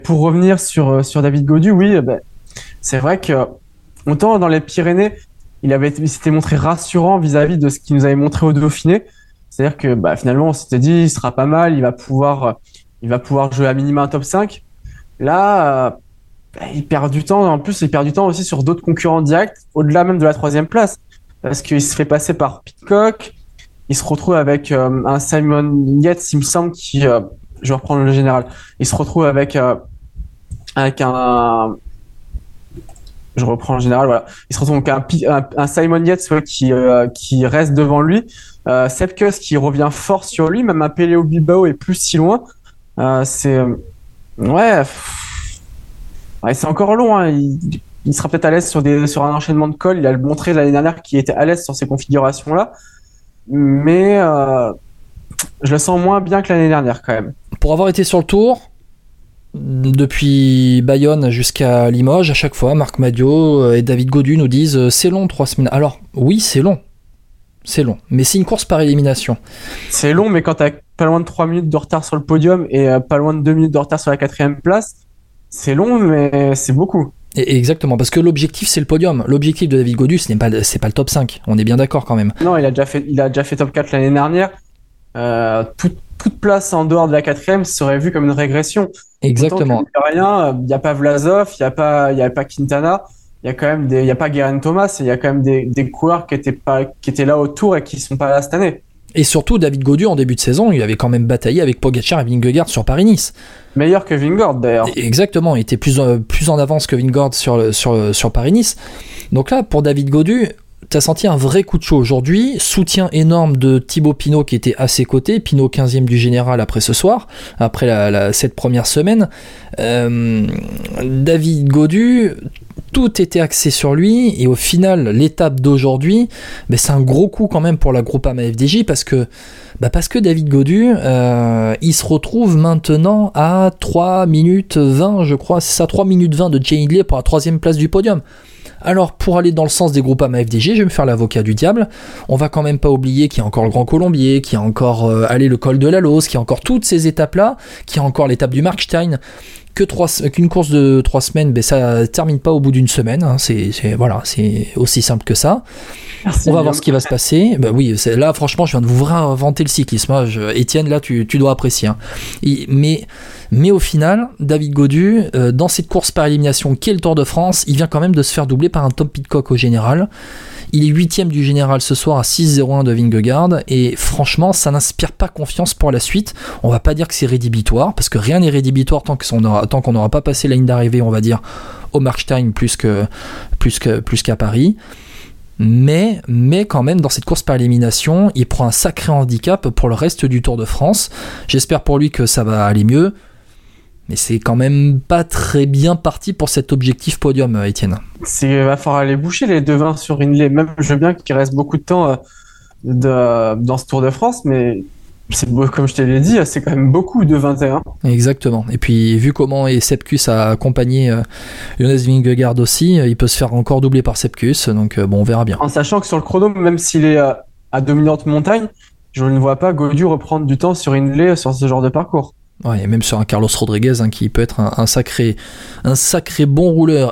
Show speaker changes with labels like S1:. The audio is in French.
S1: pour revenir sur David Gaudu, oui, c'est vrai que autant dans les Pyrénées, il s'était montré rassurant vis-à-vis de ce qu'il nous avait montré au Dauphiné. C'est-à-dire que finalement, on s'était dit, il sera pas mal, il va pouvoir jouer à minima un top 5. Là, il perd du temps. En plus, il perd du temps aussi sur d'autres concurrents directs, au-delà même de la troisième place. Parce qu'il se fait passer par Pitcock. Il se retrouve avec un Simon Yates, il me semble, je vais reprendre le général. Il se retrouve avec un, je reprends le général, voilà. Il se retrouve avec un Simon Yates, ouais, qui reste devant lui. Sepkus qui revient fort sur lui, même un Peleo Bilbao est plus si loin. Ouais, ouais, c'est encore long, hein. Il sera peut-être à l'aise sur un enchaînement de cols. Il a montré l'année dernière qu'il était à l'aise sur ces configurations-là. Mais je le sens moins bien que l'année dernière quand même.
S2: Pour avoir été sur le tour, depuis Bayonne jusqu'à Limoges, à chaque fois, Marc Madiot et David Gaudu nous disent c'est long 3 semaines. Alors, oui, c'est long, mais c'est une course par élimination.
S1: C'est long, mais quand t'as pas loin de 3 minutes de retard sur le podium et pas loin de 2 minutes de retard sur la 4e place, c'est long, mais c'est beaucoup.
S2: Et exactement, parce que l'objectif c'est le podium. L'objectif de David Gaudu, c'est pas le top 5. On est bien d'accord quand même.
S1: Non, il a déjà fait top 4 l'année dernière. Toute place en dehors de la 4e serait vue comme une régression.
S2: Exactement.
S1: Il n'y a pas Vlasov, il n'y a pas Quintana, il y a pas Geraint Thomas, il y a quand même des coureurs qui étaient là autour et qui sont pas là cette année.
S2: Et surtout, David Gaudu, en début de saison, il avait quand même bataillé avec Pogacar et Vingegaard sur Paris-Nice.
S1: Meilleur que Vingegaard, d'ailleurs.
S2: Exactement, il était plus en avance que Vingegaard sur Paris-Nice. Donc là, pour David Gaudu, t'as senti un vrai coup de chaud aujourd'hui. Soutien énorme de Thibaut Pinot qui était à ses côtés. Pinot 15e du général après ce soir, après cette première semaine. David Gaudu, tout était axé sur lui, et au final, l'étape d'aujourd'hui, c'est un gros coup quand même pour la Groupama FDJ, parce que David Gaudu, il se retrouve maintenant à 3 minutes 20, je crois, c'est ça, 3 minutes 20 de Jay Hindley pour la 3e place du podium. Alors, pour aller dans le sens des Groupama FDJ, je vais me faire l'avocat du diable. On va quand même pas oublier qu'il y a encore le Grand Colombier, qu'il y a encore le col de la Lose, qu'il y a encore toutes ces étapes-là, qu'il y a encore l'étape du Markstein. Qu'une course de 3 semaines, ça termine pas au bout d'une semaine, hein. C'est aussi simple que ça. Merci. On va voir ce qui va se passer. Oui, là franchement je viens de vous réinventer le cyclisme, hein. Étienne, là tu dois apprécier, hein. Mais au final, David Gaudu, dans cette course par élimination qui est le Tour de France, il vient quand même de se faire doubler par un Tom Pidcock au général. Il est 8ème du général ce soir à 6,01 de Vingegaard, et franchement ça n'inspire pas confiance pour la suite. On va pas dire que c'est rédhibitoire, parce que rien n'est rédhibitoire tant qu'on n'aura pas passé la ligne d'arrivée, on va dire, au Markstein plus qu'à Paris. Mais quand même, dans cette course par élimination, il prend un sacré handicap pour le reste du Tour de France. J'espère pour lui que ça va aller mieux, mais c'est quand même pas très bien parti pour cet objectif podium, Étienne.
S1: Il va falloir aller boucher les 2,20 sur Hindley. Même, je veux bien qu'il reste beaucoup de temps dans ce Tour de France, mais comme je te l'ai dit, c'est quand même beaucoup de 21.
S2: Exactement. Et puis, vu comment Sepkus a accompagné Jonas Vingegaard aussi, il peut se faire encore doubler par Sepkus. Donc, on verra bien.
S1: En sachant que sur le chrono, même s'il est à dominante montagne, je ne vois pas Gaudu reprendre du temps sur Hindley sur ce genre de parcours.
S2: Ouais, et même sur un Carlos Rodriguez, hein, qui peut être un sacré bon rouleur